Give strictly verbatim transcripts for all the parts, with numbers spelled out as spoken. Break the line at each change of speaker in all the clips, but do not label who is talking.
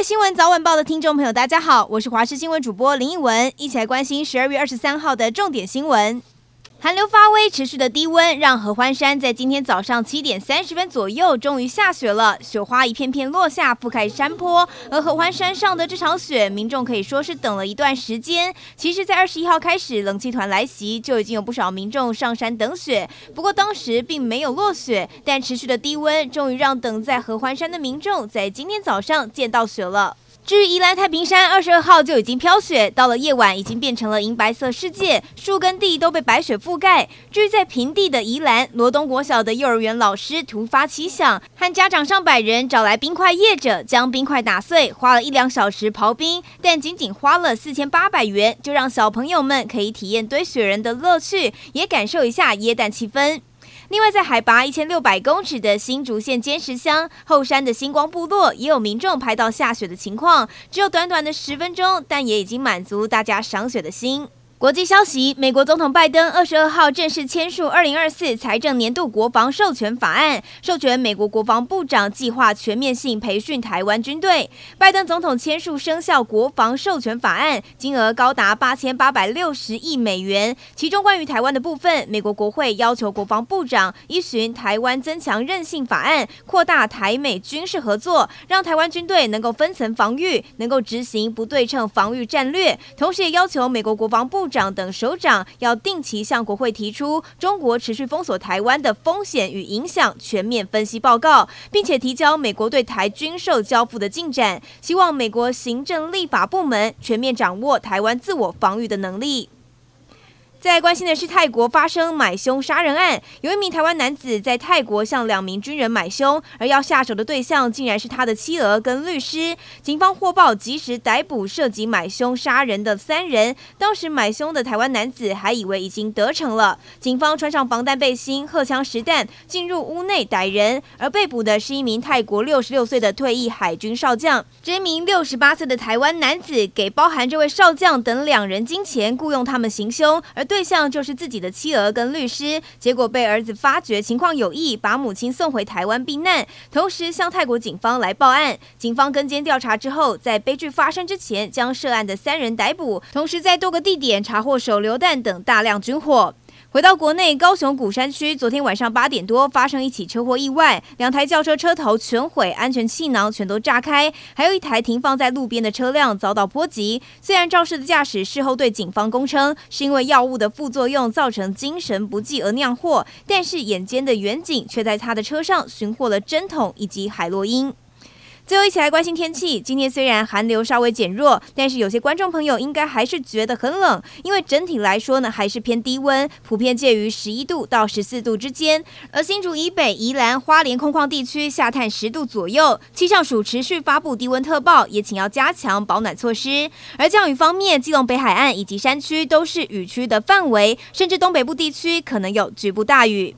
新闻早晚报的听众朋友，大家好，我是华视新闻主播林奕文，一起来关心十二月二十三号的重点新闻。寒流发威，持续的低温让合欢山在今天早上七点三十分左右终于下雪了，雪花一片片落下，覆盖山坡。而合欢山上的这场雪，民众可以说是等了一段时间。其实，在二十一号开始冷气团来袭，就已经有不少民众上山等雪。不过当时并没有落雪，但持续的低温终于让等在合欢山的民众在今天早上见到雪了。至于宜兰太平山，二十二号就已经飘雪，到了夜晚已经变成了银白色世界，树跟地都被白雪覆盖。至于在平地的宜兰，罗东国小的幼儿园老师突发奇想，和家长上百人找来冰块业者，将冰块打碎，花了一两小时刨冰，但仅仅花了四千八百元，就让小朋友们可以体验堆雪人的乐趣，也感受一下耶诞气氛。另外，在海拔一千六百公尺的新竹县尖石乡后山的星光部落，也有民众拍到下雪的情况，只有短短的十分钟，但也已经满足大家赏雪的心。国际消息，美国总统拜登二十二号正式签署二零二四财政年度国防授权法案，授权美国国防部长计划全面性培训台湾军队。拜登总统签署生效国防授权法案，金额高达八千八百六十亿美元。其中关于台湾的部分，美国国会要求国防部长依循台湾增强韧性法案，扩大台美军事合作，让台湾军队能够分层防御，能够执行不对称防御战略。同时也要求美国国防部长等首长要定期向国会提出中国持续封锁台湾的风险与影响全面分析报告，并且提交美国对台军售交付的进展，希望美国行政立法部门全面掌握台湾自我防御的能力。再关心的是，泰国发生买凶杀人案，有一名台湾男子在泰国向两名军人买凶，而要下手的对象竟然是他的妻儿跟律师。警方获报及时逮捕涉及买凶杀人的三人，当时买凶的台湾男子还以为已经得逞了，警方穿上防弹背心、荷枪实弹进入屋内逮人，而被捕的是一名泰国六十六岁的退役海军少将。这名六十八岁的台湾男子给包含这位少将等两人金钱，雇佣他们行凶，而对象就是自己的妻儿跟律师，结果被儿子发觉情况有异，把母亲送回台湾避难，同时向泰国警方来报案。警方跟监调查之后，在悲剧发生之前将涉案的三人逮捕，同时在多个地点查获手榴弹等大量军火。回到国内，高雄鼓山区昨天晚上八点多发生一起车祸意外，两台轿车车头全毁，安全气囊全都炸开，还有一台停放在路边的车辆遭到波及。虽然肇事的驾驶事后对警方供称是因为药物的副作用造成精神不济而酿祸，但是眼尖的远警却在他的车上寻获了针筒以及海洛因。最后一起来关心天气，今天虽然寒流稍微减弱，但是有些观众朋友应该还是觉得很冷，因为整体来说呢还是偏低温，普遍介于十一度到十四度之间。而新竹以北、宜兰、花莲空旷地区下探十度左右，气象署持续发布低温特报，也请要加强保暖措施。而降雨方面，基隆北海岸以及山区都是雨区的范围，甚至东北部地区可能有局部大雨。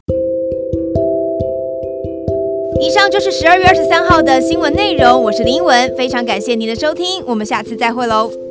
以上就是十二月二十三号的新闻内容，我是林文，非常感谢您的收听，我们下次再会喽。